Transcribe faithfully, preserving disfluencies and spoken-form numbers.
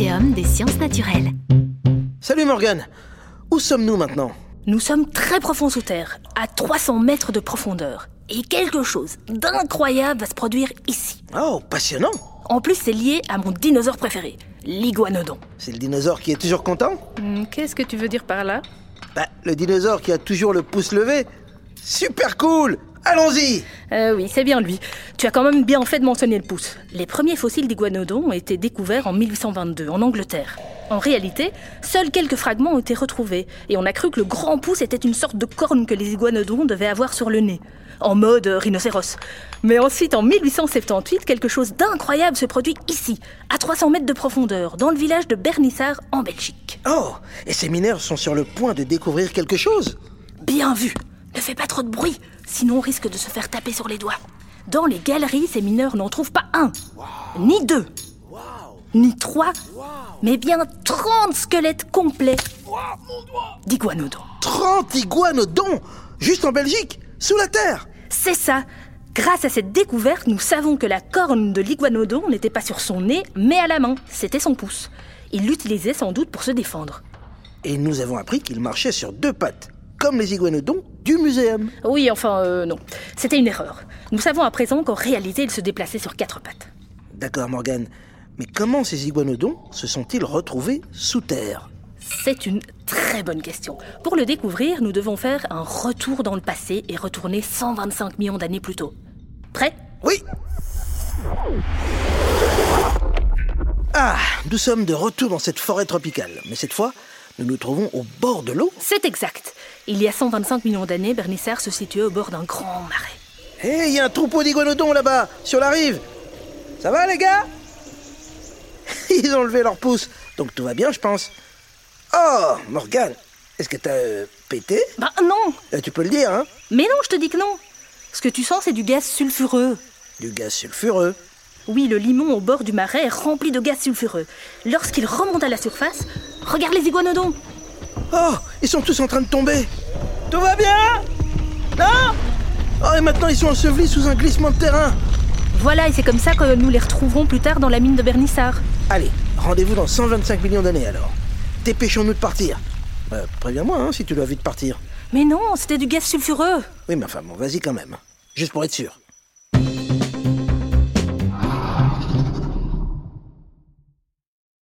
Muséum des sciences naturelles. Salut Morgane, où sommes-nous maintenant? Nous sommes très profonds sous terre, à trois cents mètres de profondeur. Et quelque chose d'incroyable va se produire ici. Oh, passionnant! En plus, c'est lié à mon dinosaure préféré, l'iguanodon. C'est le dinosaure qui est toujours content? Hum, qu'est-ce que tu veux dire par là? Bah, le dinosaure qui a toujours le pouce levé. Super cool! Allons-y! Euh, oui, c'est bien lui. Tu as quand même bien fait de mentionner le pouce. Les premiers fossiles d'iguanodon ont été découverts en mille huit cent vingt-deux, en Angleterre. En réalité, seuls quelques fragments ont été retrouvés, et on a cru que le grand pouce était une sorte de corne que les iguanodons devaient avoir sur le nez, en mode euh, rhinocéros. Mais ensuite, en mille huit cent soixante-dix-huit, quelque chose d'incroyable se produit ici, à trois cents mètres de profondeur, dans le village de Bernissart, en Belgique. Oh, et ces mineurs sont sur le point de découvrir quelque chose? Bien vu! Ne fais pas trop de bruit, sinon on risque de se faire taper sur les doigts. Dans les galeries, ces mineurs n'en trouvent pas un, wow. ni deux, wow. ni trois, wow. mais bien trente squelettes complets wow, d'iguanodons. trente iguanodons? Juste en Belgique? Sous la terre? C'est ça. Grâce à cette découverte, nous savons que la corne de l'iguanodon n'était pas sur son nez, mais à la main. C'était son pouce. Il l'utilisait sans doute pour se défendre. Et nous avons appris qu'il marchait sur deux pattes, comme les iguanodons du muséum. Oui, enfin, euh, non. C'était une erreur. Nous savons à présent qu'en réalité, il se déplaçait sur quatre pattes. D'accord, Morgane. Mais comment ces iguanodons se sont-ils retrouvés sous terre? C'est une très bonne question. Pour le découvrir, nous devons faire un retour dans le passé et retourner cent vingt-cinq millions d'années plus tôt. Prêt? Oui. Ah, nous sommes de retour dans cette forêt tropicale. Mais cette fois, nous nous trouvons au bord de l'eau. C'est exact. Il y a cent vingt-cinq millions d'années, Bernissart se situait au bord d'un grand marais. Hé, hey, il y a un troupeau d'iguanodons là-bas, sur la rive. Ça va, les gars? Ils ont levé leur pouce, donc tout va bien, je pense. Oh, Morgane, est-ce que t'as euh, pété? Bah non. euh, Tu peux le dire, hein? Mais non, je te dis que non. Ce que tu sens, c'est du gaz sulfureux. Du gaz sulfureux? Oui, le limon au bord du marais est rempli de gaz sulfureux. Lorsqu'il remonte à la surface, regarde les iguanodons. Oh, ils sont tous en train de tomber. Tout va bien? Non? Oh, et maintenant ils sont ensevelis sous un glissement de terrain. Voilà, et c'est comme ça que nous les retrouverons plus tard dans la mine de Bernissart. Allez, rendez-vous dans cent vingt-cinq millions d'années alors. Dépêchons-nous de partir. Euh, préviens-moi hein, si tu dois vite partir. Mais non, c'était du gaz sulfureux. Oui, mais enfin bon, vas-y quand même. Juste pour être sûr.